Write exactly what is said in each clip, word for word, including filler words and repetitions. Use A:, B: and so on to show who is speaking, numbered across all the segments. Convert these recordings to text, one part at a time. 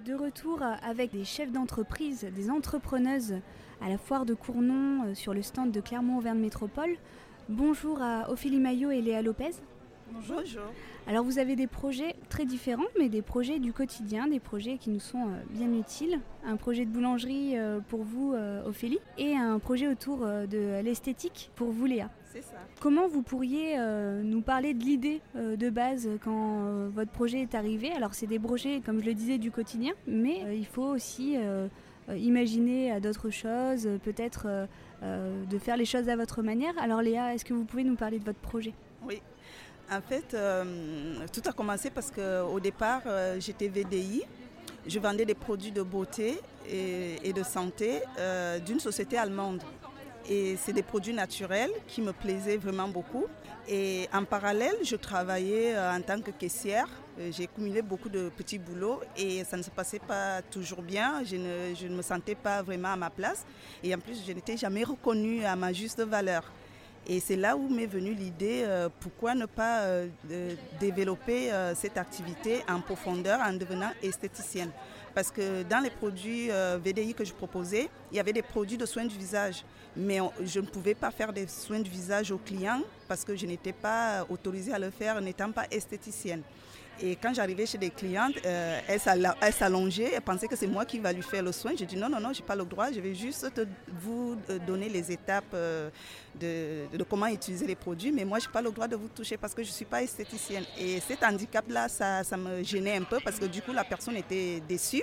A: de retour avec des chefs d'entreprise, des entrepreneuses à la foire de Cournon sur le stand de Clermont-Auvergne Métropole. Bonjour à Ophélie Maillot et Léa Lopez.
B: Bonjour. Bonjour.
A: Alors vous avez des projets très différents, mais des projets du quotidien, des projets qui nous sont bien utiles. Un projet de boulangerie pour vous, Ophélie, et un projet autour de l'esthétique pour vous, Léa.
B: C'est ça.
A: Comment vous pourriez euh, nous parler de l'idée euh, de base quand euh, votre projet est arrivé? Alors c'est des projets, comme je le disais, du quotidien, mais euh, il faut aussi euh, euh, imaginer à d'autres choses, peut-être euh, euh, de faire les choses à votre manière. Alors Léa, est-ce que vous pouvez nous parler de votre projet?
B: Oui. En fait, euh, tout a commencé parce qu'au départ, euh, j'étais V D I. Je vendais des produits de beauté et, et de santé euh, d'une société allemande. Et c'est des produits naturels qui me plaisaient vraiment beaucoup. Et en parallèle, je travaillais en tant que caissière. J'ai cumulé beaucoup de petits boulots et ça ne se passait pas toujours bien. Je ne, je ne me sentais pas vraiment à ma place. Et en plus, je n'étais jamais reconnue à ma juste valeur. Et c'est là où m'est venue l'idée, euh, pourquoi ne pas euh, de développer euh, cette activité en profondeur en devenant esthéticienne. Parce que dans les produits euh, V D I que je proposais, il y avait des produits de soins du visage. Mais on, je ne pouvais pas faire des soins du visage aux clients parce que je n'étais pas autorisée à le faire n'étant pas esthéticienne. Et quand j'arrivais chez des clientes, euh, elles s'allongeaient, elles pensaient que c'est moi qui va lui faire le soin. J'ai dit non, non, non, je n'ai pas le droit, je vais juste te, vous donner les étapes euh, de, de comment utiliser les produits, mais moi je n'ai pas le droit de vous toucher parce que je ne suis pas esthéticienne. Et cet handicap-là, ça, ça me gênait un peu parce que du coup la personne était déçue.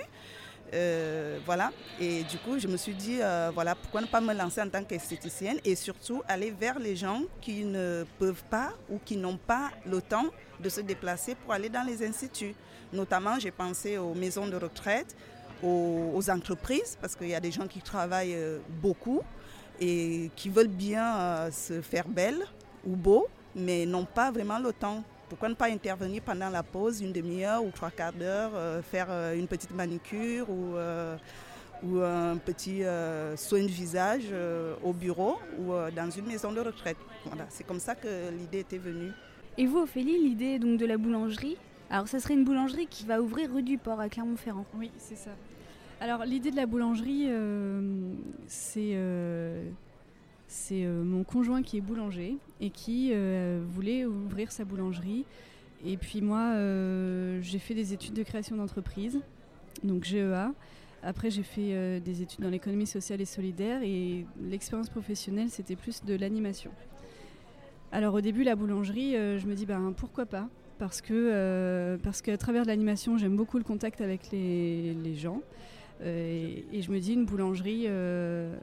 B: Euh, voilà, et du coup je me suis dit euh, voilà, pourquoi ne pas me lancer en tant qu'esthéticienne et surtout aller vers les gens qui ne peuvent pas ou qui n'ont pas le temps de se déplacer pour aller dans les instituts. Notamment j'ai pensé aux maisons de retraite, aux, aux entreprises, parce qu'il y a des gens qui travaillent euh, beaucoup et qui veulent bien euh, se faire belle ou beau, mais n'ont pas vraiment le temps. Pourquoi ne pas intervenir pendant la pause, une demi-heure ou trois quarts d'heure, euh, faire euh, une petite manicure ou, euh, ou un petit euh, soin de visage euh, au bureau ou euh, dans une maison de retraite. Voilà, c'est comme ça que l'idée était venue.
A: Et vous, Ophélie, l'idée donc de la boulangerie, alors ce serait une boulangerie qui va ouvrir rue du Port à Clermont-Ferrand.
C: Oui, c'est ça. Alors l'idée de la boulangerie, euh, c'est... Euh C'est euh, mon conjoint qui est boulanger et qui euh, voulait ouvrir sa boulangerie. Et puis moi, euh, j'ai fait des études de création d'entreprise, donc G E A. Après, j'ai fait euh, des études dans l'économie sociale et solidaire et l'expérience professionnelle, c'était plus de l'animation. Alors au début, la boulangerie, euh, je me dis ben, pourquoi pas, parce que euh, parce qu'à travers de l'animation, j'aime beaucoup le contact avec les, les gens. Euh, et, et je me dis, une boulangerie, euh,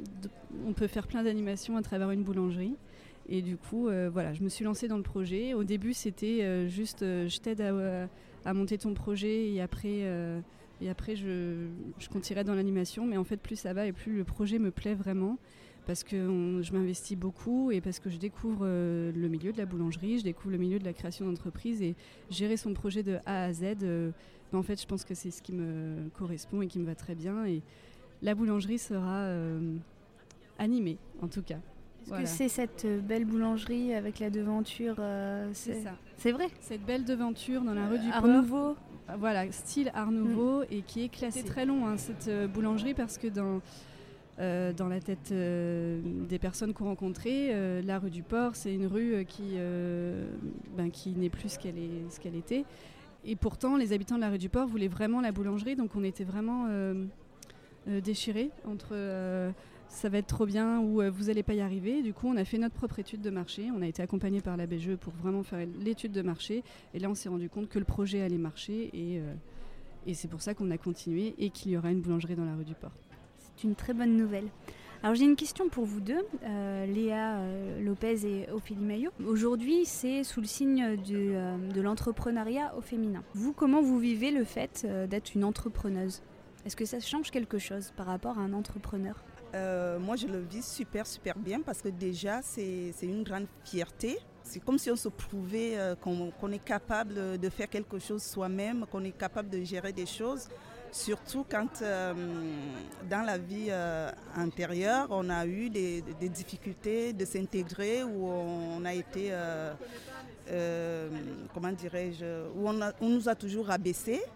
C: on peut faire plein d'animations à travers une boulangerie. Et du coup, euh, voilà, je me suis lancée dans le projet. Au début, c'était euh, juste, euh, je t'aide à, à monter ton projet et après, euh, et après je, je continuerai dans l'animation. Mais en fait, plus ça va et plus le projet me plaît vraiment. Parce que on, je m'investis beaucoup et parce que je découvre euh, le milieu de la boulangerie, je découvre le milieu de la création d'entreprise et gérer son projet de A à Z. Euh, ben en fait, je pense que c'est ce qui me correspond et qui me va très bien. Et la boulangerie sera euh, animée, en tout cas.
A: Est-ce
C: voilà.
A: que c'est cette belle boulangerie avec la devanture euh, c'est...
C: c'est ça.
A: C'est vrai.
C: Cette belle devanture dans la rue du
A: Art
C: Port.
A: Nouveau.
C: Voilà, style Art Nouveau mm. et qui est classée. C'est très long, hein, cette euh, boulangerie, parce que dans... Euh, dans la tête euh, des personnes qu'on rencontrait, euh, la rue du Port, c'est une rue euh, qui, euh, ben, qui n'est plus ce qu'elle, est, ce qu'elle était. Et pourtant, les habitants de la rue du Port voulaient vraiment la boulangerie, donc on était vraiment euh, euh, déchirés entre euh, ça va être trop bien ou euh, vous n'allez pas y arriver. Du coup, on a fait notre propre étude de marché. On a été accompagné par la B G E pour vraiment faire l'étude de marché. Et là, on s'est rendu compte que le projet allait marcher et, euh, et c'est pour ça qu'on a continué et qu'il y aura une boulangerie dans la rue du Port.
A: C'est une très bonne nouvelle. Alors j'ai une question pour vous deux, euh, Léa euh, Lopez et Ophélie Maillot. Aujourd'hui, c'est sous le signe du, euh, de l'entrepreneuriat au féminin. Vous, comment vous vivez le fait euh, d'être une entrepreneuse ? Est-ce que ça change quelque chose par rapport à un entrepreneur ?
B: euh, Moi, je le vis super, super bien parce que déjà, c'est, c'est une grande fierté. C'est comme si on se prouvait euh, qu'on, qu'on est capable de faire quelque chose soi-même, qu'on est capable de gérer des choses. Surtout quand euh, dans la vie euh, antérieure, on a eu des, des difficultés de s'intégrer, où on a été, euh, euh, comment dirais-je, où on, a, on nous a toujours abaissés.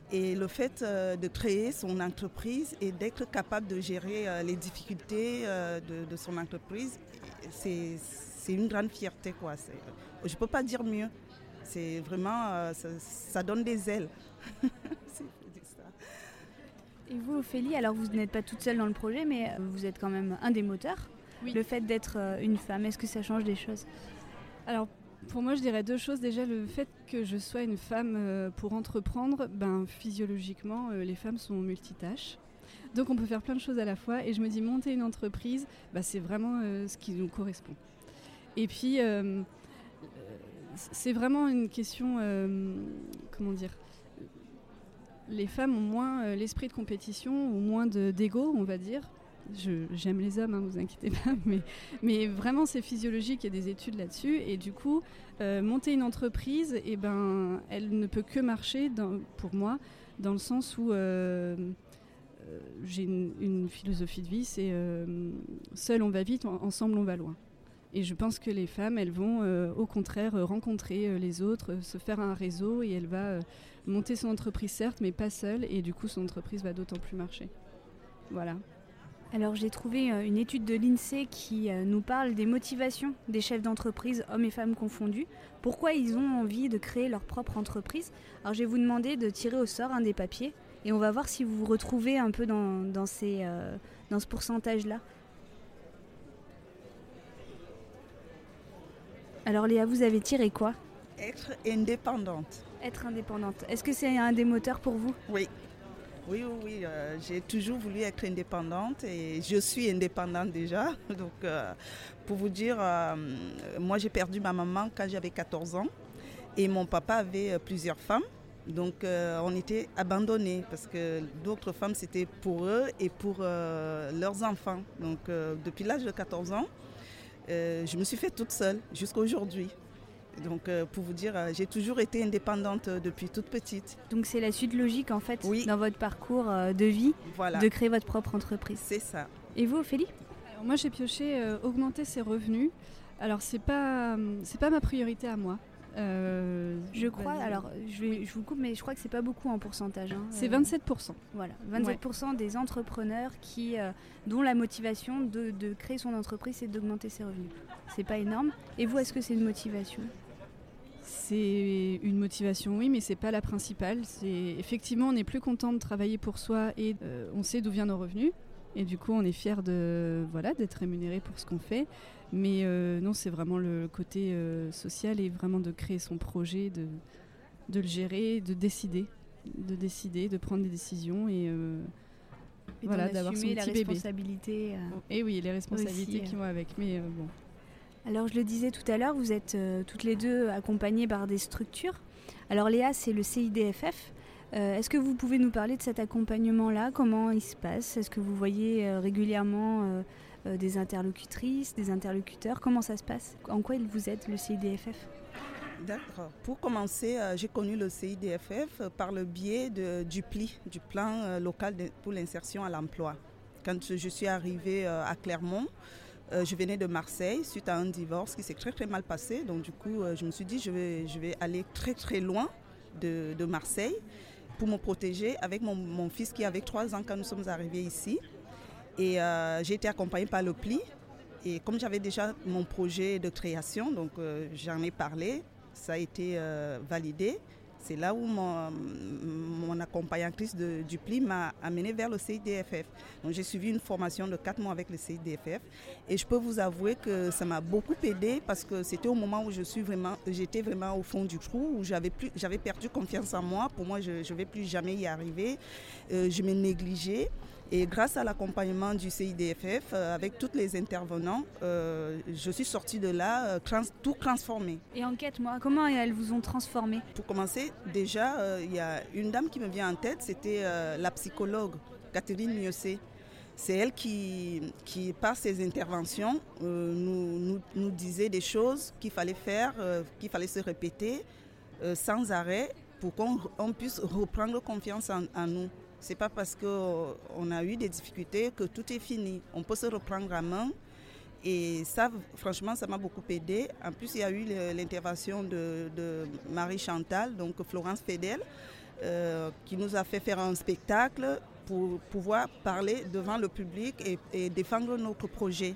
B: Et le fait euh, de créer son entreprise et d'être capable de gérer euh, les difficultés euh, de, de son entreprise, c'est, c'est une grande fierté, quoi. C'est, je ne peux pas dire mieux. C'est vraiment, euh, ça, ça donne des ailes.
A: Et vous, Ophélie, alors vous n'êtes pas toute seule dans le projet, mais vous êtes quand même un des moteurs. Oui. Le fait d'être une femme, est-ce que ça change des choses ?
C: Alors, pour moi, je dirais deux choses. Déjà, le fait que je sois une femme euh, pour entreprendre, ben, physiologiquement, euh, les femmes sont multitâches. Donc, on peut faire plein de choses à la fois. Et je me dis, monter une entreprise, ben, c'est vraiment euh, ce qui nous correspond. Et puis, euh, c'est vraiment une question, euh, comment dire, les femmes ont moins euh, l'esprit de compétition ou moins de, d'ego, on va dire. Je, j'aime les hommes, hein, vous inquiétez pas, mais, mais vraiment c'est physiologique, il y a des études là-dessus. Et du coup, euh, monter une entreprise, eh ben, elle ne peut que marcher dans, pour moi, dans le sens où euh, euh, j'ai une, une philosophie de vie, c'est euh, seul on va vite, ensemble on va loin. Et je pense que les femmes, elles vont euh, au contraire rencontrer euh, les autres, euh, se faire un réseau, et elle va euh, monter son entreprise certes, mais pas seule, et du coup son entreprise va d'autant plus marcher. Voilà.
A: Alors j'ai trouvé euh, une étude de l'INSEE qui euh, nous parle des motivations des chefs d'entreprise, hommes et femmes confondus. Pourquoi ils ont envie de créer leur propre entreprise ? Alors je vais vous demander de tirer au sort un des papiers, et on va voir si vous vous retrouvez un peu dans, dans, ces, euh, dans ce pourcentage-là. Alors Léa, vous avez tiré quoi ?
B: Être indépendante.
A: Être indépendante. Est-ce que c'est un des moteurs pour vous ?
B: Oui. Oui, oui, oui. Euh, j'ai toujours voulu être indépendante et je suis indépendante déjà. Donc, euh, pour vous dire, euh, moi j'ai perdu ma maman quand j'avais quatorze ans et mon papa avait plusieurs femmes. Donc, euh, on était abandonnés parce que d'autres femmes, c'était pour eux et pour euh, leurs enfants. Donc, euh, depuis l'âge de quatorze ans, Euh, je me suis fait toute seule jusqu'à aujourd'hui. Donc euh, pour vous dire, euh, j'ai toujours été indépendante euh, depuis toute petite.
A: Donc c'est la suite logique en fait
B: oui.
A: dans votre parcours euh, de vie,
B: voilà.
A: de créer votre propre entreprise.
B: C'est ça.
A: Et vous, Ophélie ?
C: Alors, moi j'ai pioché euh, augmenter ses revenus. Alors c'est pas, c'est pas ma priorité à moi. Euh,
A: je crois, alors je, vais, je vous coupe, mais je crois que c'est pas beaucoup en pourcentage. Hein.
C: C'est vingt-sept pour cent.
A: Voilà, vingt-sept pour cent ouais. des entrepreneurs qui, euh, dont la motivation de, de créer son entreprise, c'est d'augmenter ses revenus. C'est pas énorme. Et vous, est-ce que c'est une motivation ?
C: C'est une motivation, oui, mais c'est pas la principale. C'est, effectivement, on est plus content de travailler pour soi et euh, on sait d'où viennent nos revenus. Et du coup, on est fiers de, voilà, d'être rémunéré pour ce qu'on fait. Mais euh, non, c'est vraiment le côté euh, social et vraiment de créer son projet, de, de le gérer, de décider, de décider, de prendre des décisions et, euh,
A: et
C: voilà, d'avoir son petit
A: la
C: bébé.
A: responsabilité. Euh,
C: et oui, les responsabilités
A: aussi,
C: qui vont avec. Mais euh, bon.
A: Alors, je le disais tout à l'heure, vous êtes euh, toutes les deux accompagnées par des structures. Alors, Léa, c'est le C I D F F. Euh, est-ce que vous pouvez nous parler de cet accompagnement-là ? Comment il se passe ? Est-ce que vous voyez euh, régulièrement euh, euh, des interlocutrices, des interlocuteurs ? Comment ça se passe ? En quoi il vous aide, le C I D F F ?
B: D'accord. Pour commencer, euh, j'ai connu le C I D F F par le biais de, du P L I, du plan euh, local de, pour l'insertion à l'emploi. Quand je suis arrivée euh, à Clermont, euh, je venais de Marseille suite à un divorce qui s'est très très mal passé. Donc du coup, euh, je me suis dit je vais, je vais aller très très loin de, de Marseille pour me protéger avec mon, mon fils qui avait trois ans quand nous sommes arrivés ici. Et euh, j'ai été accompagnée par le P L I. Et comme j'avais déjà mon projet de création, donc euh, j'en ai parlé, ça a été euh, validé. C'est là où mon, mon accompagnatrice de, du P L I m'a amenée vers le C I D F F. Donc j'ai suivi une formation de quatre mois avec le C I D F F. Et je peux vous avouer que ça m'a beaucoup aidée parce que c'était au moment où je suis vraiment, j'étais vraiment au fond du trou, où j'avais, plus, j'avais perdu confiance en moi. Pour moi, je ne vais plus jamais y arriver. Euh, je me négligeais. Et grâce à l'accompagnement du C I D F F, euh, avec tous les intervenants, euh, je suis sortie de là euh, trans- tout transformée.
A: Et enquête, moi, comment elles vous ont transformée ?
B: Pour commencer, déjà, il euh, y a une dame qui me vient en tête, c'était euh, la psychologue Catherine Mieuxet. C'est elle qui, qui, par ses interventions, euh, nous, nous, nous disait des choses qu'il fallait faire, euh, qu'il fallait se répéter euh, sans arrêt pour qu'on on puisse reprendre confiance en, en nous. Ce n'est pas parce qu'on a eu des difficultés que tout est fini. On peut se reprendre à main. Et ça, franchement, ça m'a beaucoup aidé. En plus, il y a eu l'intervention de, de Marie Chantal, donc Florence Fedel, euh, qui nous a fait faire un spectacle pour pouvoir parler devant le public et, et défendre notre projet.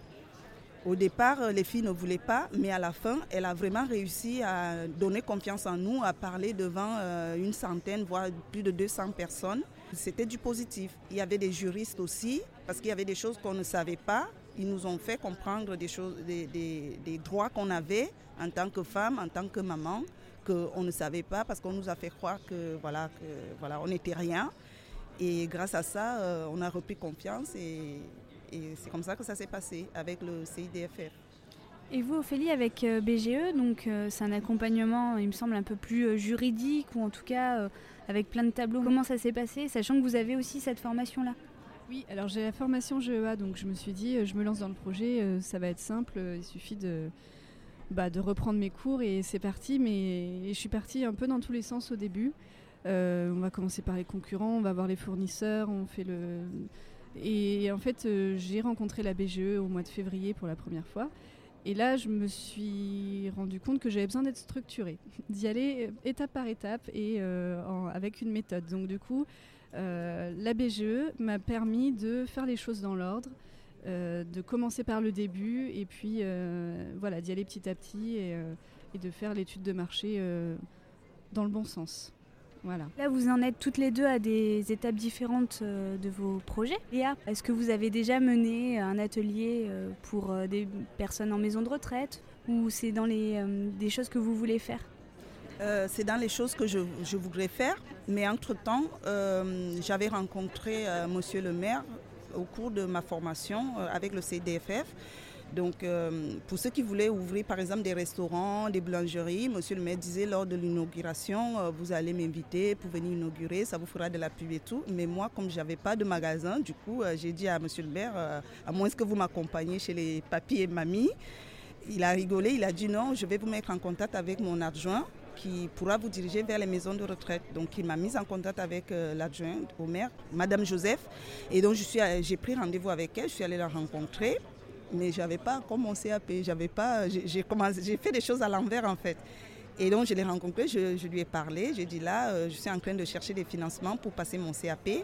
B: Au départ, les filles ne voulaient pas, mais à la fin, elle a vraiment réussi à donner confiance en nous, à parler devant euh, une centaine, voire plus de deux cents personnes. C'était du positif. Il y avait des juristes aussi, parce qu'il y avait des choses qu'on ne savait pas. Ils nous ont fait comprendre des, choses, des, des, des droits qu'on avait en tant que femme, en tant que maman, qu'on ne savait pas, parce qu'on nous a fait croire que voilà, que, voilà, on n'était rien. Et grâce à ça, euh, on a repris confiance et... Et c'est comme ça que ça s'est passé avec le C I D F F.
A: Et vous, Ophélie, avec B G E, donc euh, c'est un accompagnement, il me semble, un peu plus euh, juridique ou en tout cas euh, avec plein de tableaux. Comment ça s'est passé, sachant que vous avez aussi cette formation-là?
C: Oui, alors j'ai la formation G E A, donc je me suis dit, euh, je me lance dans le projet, euh, ça va être simple, euh, il suffit de, bah, de reprendre mes cours et c'est parti. Mais je suis partie un peu dans tous les sens au début. Euh, on va commencer par les concurrents, on va voir les fournisseurs, on fait le... Et en fait, euh, j'ai rencontré la B G E au mois de février pour la première fois. Et là, je me suis rendu compte que j'avais besoin d'être structurée, d'y aller étape par étape et euh, en, avec une méthode. Donc du coup, euh, la B G E m'a permis de faire les choses dans l'ordre, euh, de commencer par le début et puis euh, voilà, d'y aller petit à petit et, euh, et de faire l'étude de marché euh, dans le bon sens. Voilà.
A: Là, vous en êtes toutes les deux à des étapes différentes euh, de vos projets. Léa, est-ce que vous avez déjà mené un atelier euh, pour euh, des personnes en maison de retraite ou c'est dans les euh, des choses que vous voulez faire?
B: euh, C'est dans les choses que je, je voudrais faire, mais entre-temps, euh, j'avais rencontré euh, Monsieur le maire au cours de ma formation euh, avec le C I D F F. Donc, euh, pour ceux qui voulaient ouvrir, par exemple, des restaurants, des boulangeries, monsieur le maire disait lors de l'inauguration, euh, vous allez m'inviter pour venir inaugurer, ça vous fera de la pub et tout. Mais moi, comme je n'avais pas de magasin, du coup, euh, j'ai dit à monsieur le maire, euh, à moins que vous m'accompagniez chez les papis et mamies, il a rigolé, il a dit non, je vais vous mettre en contact avec mon adjoint qui pourra vous diriger vers les maisons de retraite. Donc, il m'a mise en contact avec euh, l'adjoint au maire, Madame Joseph. Et donc, je suis, j'ai pris rendez-vous avec elle, je suis allée la rencontrer. Mais je n'avais pas encore mon C A P, j'avais pas, j'ai, j'ai, commencé, j'ai fait des choses à l'envers en fait. Et donc je l'ai rencontré, je, je lui ai parlé, j'ai dit là, euh, je suis en train de chercher des financements pour passer mon C A P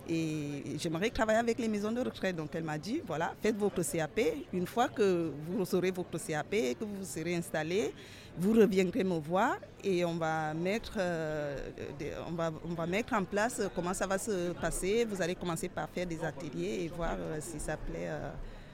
B: et j'aimerais travailler avec les maisons de retraite. Donc elle m'a dit, voilà, faites votre C A P, une fois que vous aurez votre C A P et que vous serez installé, vous reviendrez me voir et on va mettre, euh, des, on va, on va mettre en place comment ça va se passer. Vous allez commencer par faire des ateliers et voir euh, si ça plaît. Euh,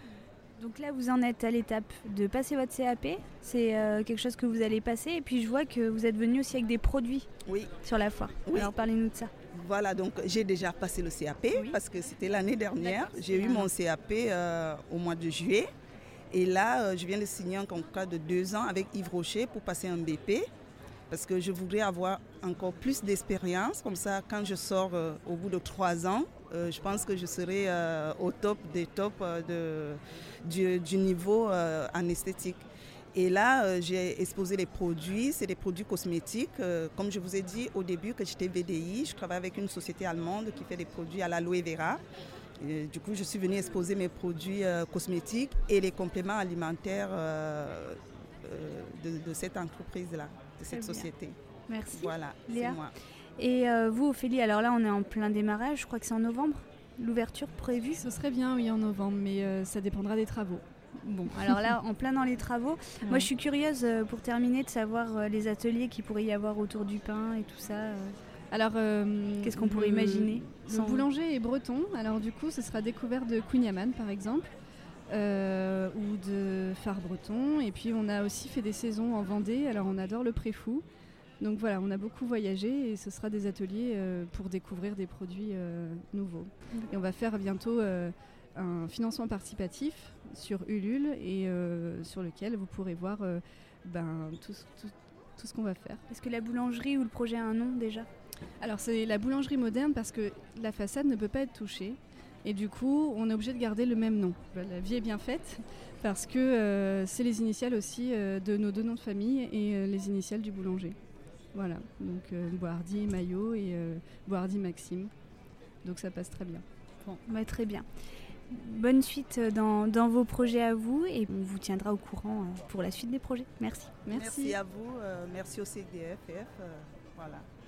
A: Donc là, vous en êtes à l'étape de passer votre C A P. C'est euh, quelque chose que vous allez passer. Et puis, je vois que vous êtes venu aussi avec des produits
B: oui.
A: sur la foire.
B: Oui.
A: Alors, parlez-nous de ça.
B: Voilà, donc j'ai déjà passé le C A P oui. parce que c'était l'année dernière. D'accord. J'ai eu mon C A P euh, au mois de juillet. Et là, euh, je viens de signer un contrat de deux ans avec Yves Rocher pour passer un B P. Parce que je voudrais avoir encore plus d'expérience. Comme ça, quand je sors euh, au bout de trois ans, euh, je pense que je serai euh, au top des tops euh, de, du, du niveau euh, en esthétique. Et là, euh, j'ai exposé les produits. C'est des produits cosmétiques. Euh, comme je vous ai dit au début que j'étais V D I, je travaille avec une société allemande qui fait des produits à l'aloe vera. Et, du coup, je suis venue exposer mes produits euh, cosmétiques et les compléments alimentaires euh, euh, de, de cette entreprise-là. De cette société.
A: Merci.
B: Voilà,
A: Léa.
B: c'est moi.
A: Et euh, vous, Ophélie, alors là, on est en plein démarrage. Je crois que c'est en novembre, l'ouverture prévue.
C: Ce serait bien, oui, en novembre, mais euh, ça dépendra des travaux.
A: Bon, alors là, en plein dans les travaux. Ouais. Moi, je suis curieuse, euh, pour terminer, de savoir euh, les ateliers qu'il pourrait y avoir autour du pain et tout ça. Euh.
C: Alors, euh,
A: qu'est-ce qu'on pourrait
C: le,
A: imaginer
C: Le
A: sans...
C: boulanger est breton. Alors, du coup, ce sera découvert de Cunyaman, par exemple. Euh, ou de phare breton. Et puis on a aussi fait des saisons en Vendée, alors on adore le Préfou. Donc voilà, on a beaucoup voyagé et ce sera des ateliers euh, pour découvrir des produits euh, nouveaux. Et on va faire bientôt euh, un financement participatif sur Ulule et euh, sur lequel vous pourrez voir euh, ben, tout, tout, tout ce qu'on va faire.
A: Est-ce que la boulangerie ou le projet a un nom déjà ?
C: Alors c'est la boulangerie moderne parce que la façade ne peut pas être touchée. Et du coup, on est obligé de garder le même nom. La vie est bien faite parce que euh, c'est les initiales aussi euh, de nos deux noms de famille et euh, les initiales du boulanger. Voilà, donc euh, Bohardy Maillot et euh, Bohardy Maxime. Donc ça passe très bien.
A: Bon, bah, très bien. Bonne suite dans, dans vos projets à vous et on vous tiendra au courant pour la suite des projets. Merci.
B: Merci, merci à vous, euh, merci au C I D F F. Euh, voilà.